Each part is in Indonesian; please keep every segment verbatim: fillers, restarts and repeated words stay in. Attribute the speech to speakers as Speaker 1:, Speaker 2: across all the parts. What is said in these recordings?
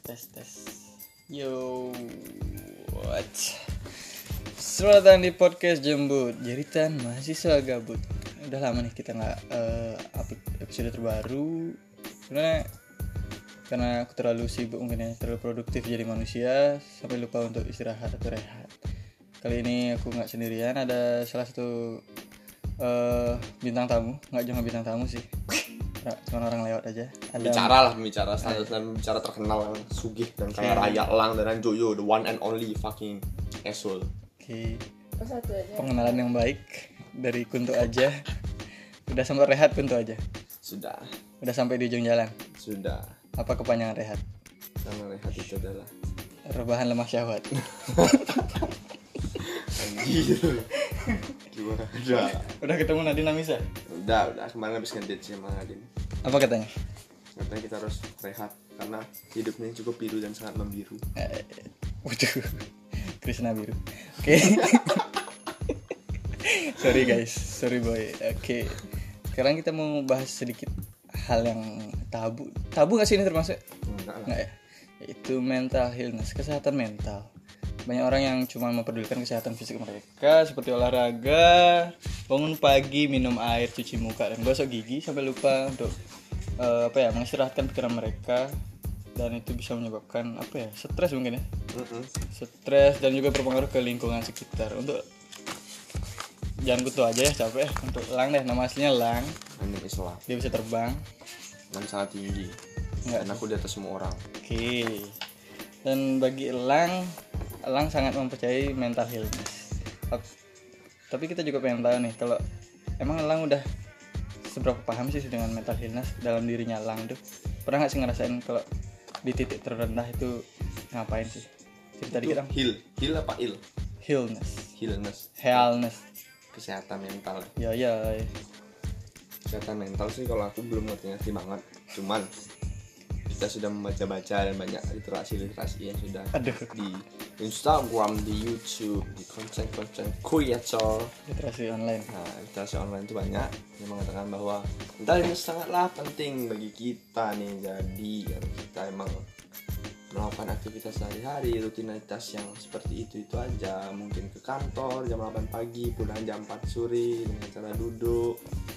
Speaker 1: tes tes. Yo, what? Selamat datang di podcast Jembut, jeritan mahasiswa gabut. Udah lama nih kita nggak uh, upload episode terbaru. Sebenarnya karena aku terlalu sibuk mungkin ya, terlalu produktif jadi manusia sampai lupa untuk istirahat atau rehat. Kali ini aku nggak sendirian, ada salah satu uh, bintang tamu, nggak cuma bintang tamu sih. Cuma orang lewat aja. Ada
Speaker 2: bicara lah, bicara standar dan bicara terkenal yang sugih dan kaya raya Elang dan Joyo, the one and only fucking asshole.
Speaker 1: Oke. Okay. Pengenalan yang baik dari Kunto aja. Udah sampai rehat Kunto aja.
Speaker 2: Sudah.
Speaker 1: Udah sampai di ujung jalan.
Speaker 2: Sudah.
Speaker 1: Apa kepanjangan rehat?
Speaker 2: Karena rehat itu adalah
Speaker 1: rebahan lemak syahwat.
Speaker 2: Anjir. Gimana? Udah.
Speaker 1: Udah ketemu Nadine Amisa?
Speaker 2: Udah, udah kemarin habis ngedate sama Nadine.
Speaker 1: Apa katanya?
Speaker 2: Katanya kita harus rehat karena hidupnya cukup biru dan sangat membiru.
Speaker 1: Eh, waduh. Krishna biru. Oke. Okay. Sorry guys, sorry boy. Oke. Okay. Sekarang kita mau bahas sedikit hal yang tabu. Tabu gak sih ini termasuk?
Speaker 2: Enggak lah.
Speaker 1: Enggak ya? Yaitu mental illness, kesehatan mental. Banyak orang yang cuma mempedulikan kesehatan fisik mereka seperti olahraga, bangun pagi, minum air, cuci muka, dan gosok gigi sampai lupa untuk uh, apa ya, mengistirahatkan pikiran mereka, dan itu bisa menyebabkan apa ya, stres mungkin ya, uh-uh. stres dan juga berpengaruh ke lingkungan sekitar. Untuk jangan kutu aja ya, capek. Untuk Elang deh, nama aslinya Elang.
Speaker 2: Islam.
Speaker 1: Dia bisa terbang
Speaker 2: dan sangat tinggi.
Speaker 1: Enggak.
Speaker 2: Dan aku di atas semua orang.
Speaker 1: Oke. Okay. Dan bagi Elang, Elang sangat mempercayai mental illness. Tapi kita juga pengen tahu nih, kalau emang Elang udah seberapa paham sih dengan mental illness dalam dirinya Elang tuh. Pernah nggak sih ngerasain kalau di titik terendah itu ngapain sih? Cerita dikit dong.
Speaker 2: Heal, heal apa ill?
Speaker 1: Illness.
Speaker 2: Illness.
Speaker 1: Illness.
Speaker 2: Kesehatan mental.
Speaker 1: Ya ya. ya.
Speaker 2: Kesehatan mental sih kalau aku belum ngerti-ngerti banget. Cuman kita sudah membaca-baca dan banyak literasi-literasi yang sudah
Speaker 1: Aduh.
Speaker 2: di Instagram, di YouTube, di konten-konten creator,
Speaker 1: literasi online.
Speaker 2: Nah, literasi online itu banyak yang mengatakan bahwa mental ini sangatlah penting bagi kita nih. Jadi kalau kita emang melakukan aktivitas sehari-hari, rutinitas yang seperti itu itu aja, mungkin ke kantor jam delapan pagi, pulang jam empat sore dengan cara duduk,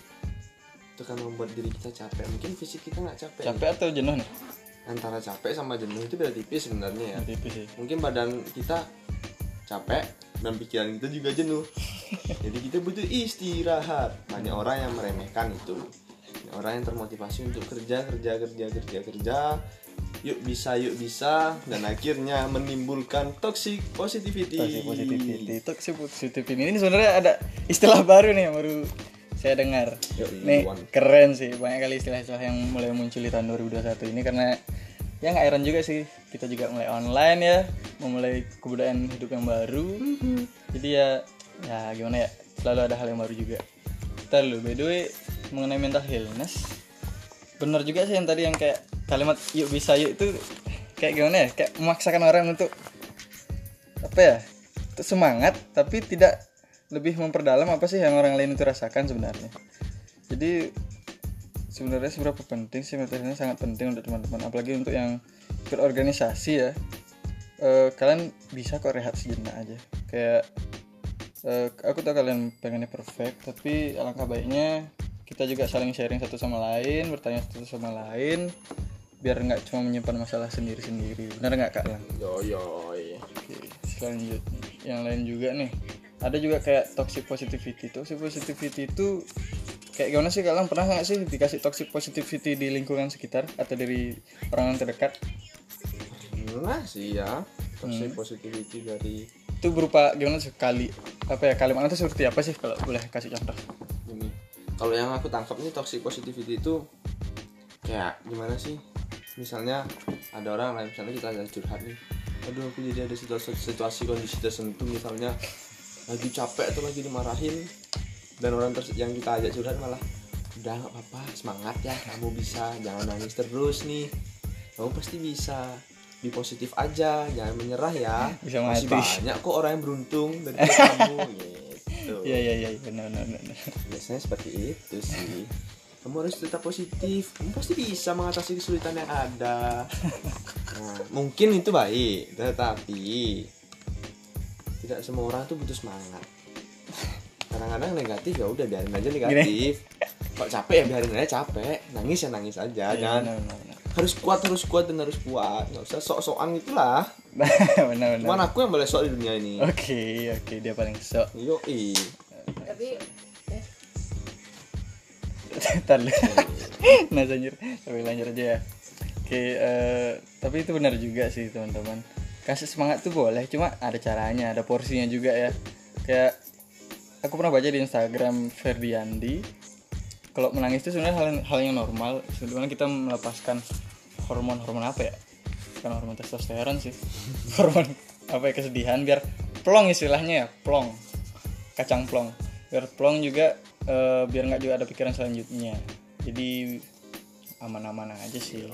Speaker 2: itu kan membuat diri kita capek. Mungkin fisik kita nggak capek.
Speaker 1: Capek nih. Atau jenuh nih?
Speaker 2: Antara capek sama jenuh itu beda tipis sebenarnya ya.
Speaker 1: Tipis sih.
Speaker 2: Mungkin badan kita capek dan pikiran kita juga jenuh. Jadi kita butuh istirahat. Banyak orang yang meremehkan itu. Banyak orang yang termotivasi untuk kerja, kerja, kerja, kerja, kerja. Yuk bisa, yuk bisa, dan akhirnya menimbulkan toxic positivity.
Speaker 1: Toxic positivity. Toxic positivity ini sebenarnya ada istilah baru nih yang baru saya dengar.
Speaker 2: Yo,
Speaker 1: nih one. Keren sih, banyak kali istilah-istilah yang mulai muncul di tahun dua ribu dua puluh satu ini, karena ya nggak heran juga sih, kita juga mulai online ya, memulai kebudayaan hidup yang baru. Mm-hmm. Jadi ya, ya gimana ya, selalu ada hal yang baru juga. Kita dulu, by the way, mengenai mental illness, benar juga sih yang tadi yang kayak kalimat yuk bisa yuk itu kayak gimana ya, kayak memaksakan orang untuk apa ya, untuk semangat tapi tidak lebih memperdalam apa sih yang orang lain itu rasakan sebenarnya. Jadi sebenarnya seberapa penting sih mental illness, sangat penting untuk teman-teman, apalagi untuk yang berorganisasi ya. E, kalian bisa kok rehat sejenak aja. Kayak e, aku tahu kalian pengennya perfect, tapi alangkah baiknya kita juga saling sharing satu sama lain, bertanya satu sama lain, biar nggak cuma menyimpan masalah sendiri-sendiri. Benar nggak Kak Lang?
Speaker 2: Yo yo.
Speaker 1: Oke, selanjutnya yang lain juga nih. Ada juga kayak toxic positivity. Toxic positivity itu kayak gimana sih kalian, pernah nggak sih dikasih toxic positivity di lingkungan sekitar atau dari orang yang terdekat?
Speaker 2: Pernah sih ya. Toxic
Speaker 1: hmm.
Speaker 2: positivity dari
Speaker 1: itu berupa gimana sekali apa ya, kalimatnya itu seperti apa sih kalau boleh kasih contoh?
Speaker 2: Ini kalau yang aku tangkap nih toxic positivity itu kayak gimana sih? Misalnya ada orang lain, misalnya kita ada curhat nih, aduh aku jadi ada situasi, situasi kondisi tertentu, misalnya lagi capek atau lagi dimarahin, dan orang terus yang kita ajak curhat malah udah nggak apa-apa, semangat ya, kamu bisa, jangan nangis terus nih, kamu pasti bisa, be positif aja, jangan menyerah ya,
Speaker 1: bisa
Speaker 2: masih
Speaker 1: mati.
Speaker 2: banyak kok orang yang beruntung dari kamu gitu.
Speaker 1: Iya iya iya, benar benar benar.
Speaker 2: Biasanya seperti itu sih. kamu harus tetap positif, kamu pasti bisa mengatasi kesulitan yang ada. Nah, mungkin itu baik, tetapi tidak semua orang tuh butuh semangat. Kadang-kadang negatif ya udah biarin aja negatif. Kok capek ya biarin aja capek, nangis ya nangis aja,
Speaker 1: Iya,
Speaker 2: jangan
Speaker 1: benar, benar, benar.
Speaker 2: harus kuat harus kuat dan harus kuat, nggak usah sok-sokan gitulah.
Speaker 1: benar benar.
Speaker 2: Cuman aku yang boleh sok di dunia ini.
Speaker 1: Oke, oke, dia paling sok.
Speaker 2: Yo i.
Speaker 3: Tapi eh,
Speaker 1: Ntar lu. Nah, anjir. Tapi lanjut aja ya. Oke, eh, tapi itu benar juga sih, teman-teman. Kasih semangat tuh boleh, cuma ada caranya, ada porsinya juga ya. Kayak aku pernah baca di Instagram Ferdiandi, kalau menangis itu sebenarnya hal, hal yang normal, sebenarnya kita melepaskan hormon-hormon apa ya? Bukan hormon testosteron sih. Hormon apa ya, kesedihan, biar plong istilahnya ya, plong. Kacang plong. Biar plong juga, eh, biar nggak juga ada pikiran selanjutnya. Jadi aman-aman aja sih.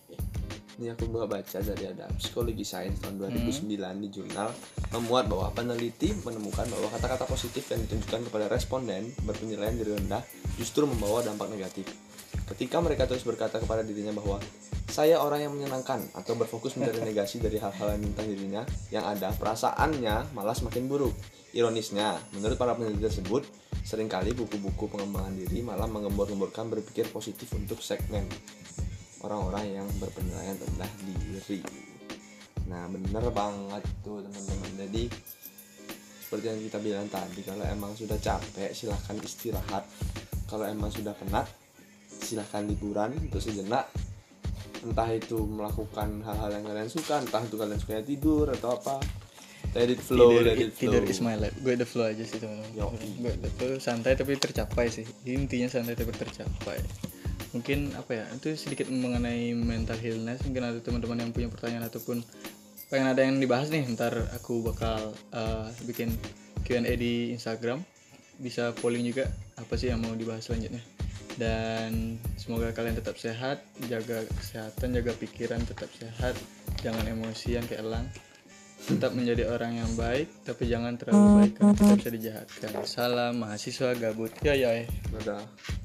Speaker 2: Ini aku bawa baca dari ada Psikologi Sains tahun dua ribu sembilan di jurnal memuat bahwa peneliti menemukan bahwa kata-kata positif yang ditunjukkan kepada responden berpenilaian diri rendah justru membawa dampak negatif. Ketika mereka terus berkata kepada dirinya bahwa saya orang yang menyenangkan atau berfokus mencari negasi dari hal-hal yang tentang dirinya yang ada, perasaannya malah semakin buruk. Ironisnya, menurut para peneliti tersebut, seringkali buku-buku pengembangan diri malah menggembor-gemborkan berpikir positif untuk segmen orang-orang yang berpenilaian rendah diri. Nah, bener banget tuh teman-teman. Jadi seperti yang kita bilang tadi, kalau emang sudah capek silahkan istirahat. Kalau emang sudah penat silahkan liburan untuk sejenak. Entah itu melakukan hal-hal yang kalian suka, entah itu kalian suka tidur atau apa. Let it flow,
Speaker 1: tidur,
Speaker 2: let it flow.
Speaker 1: tidur is my life. Gue the flow aja sih, teman-teman. Gue the flow, santai tapi tercapai sih. Intinya santai tapi tercapai. Mungkin apa ya, itu sedikit mengenai mental illness. Mungkin ada teman-teman yang punya pertanyaan ataupun pengen ada yang dibahas nih, ntar aku bakal uh, bikin Q and A di Instagram. Bisa polling juga apa sih yang mau dibahas selanjutnya. Dan semoga kalian tetap sehat, jaga kesehatan, jaga pikiran, tetap sehat, jangan emosian kayak elang. Tetap menjadi orang yang baik, tapi jangan terlalu baik karena kita bisa dijahatkan. Salam mahasiswa gabut. Ya ya.
Speaker 2: Dadah.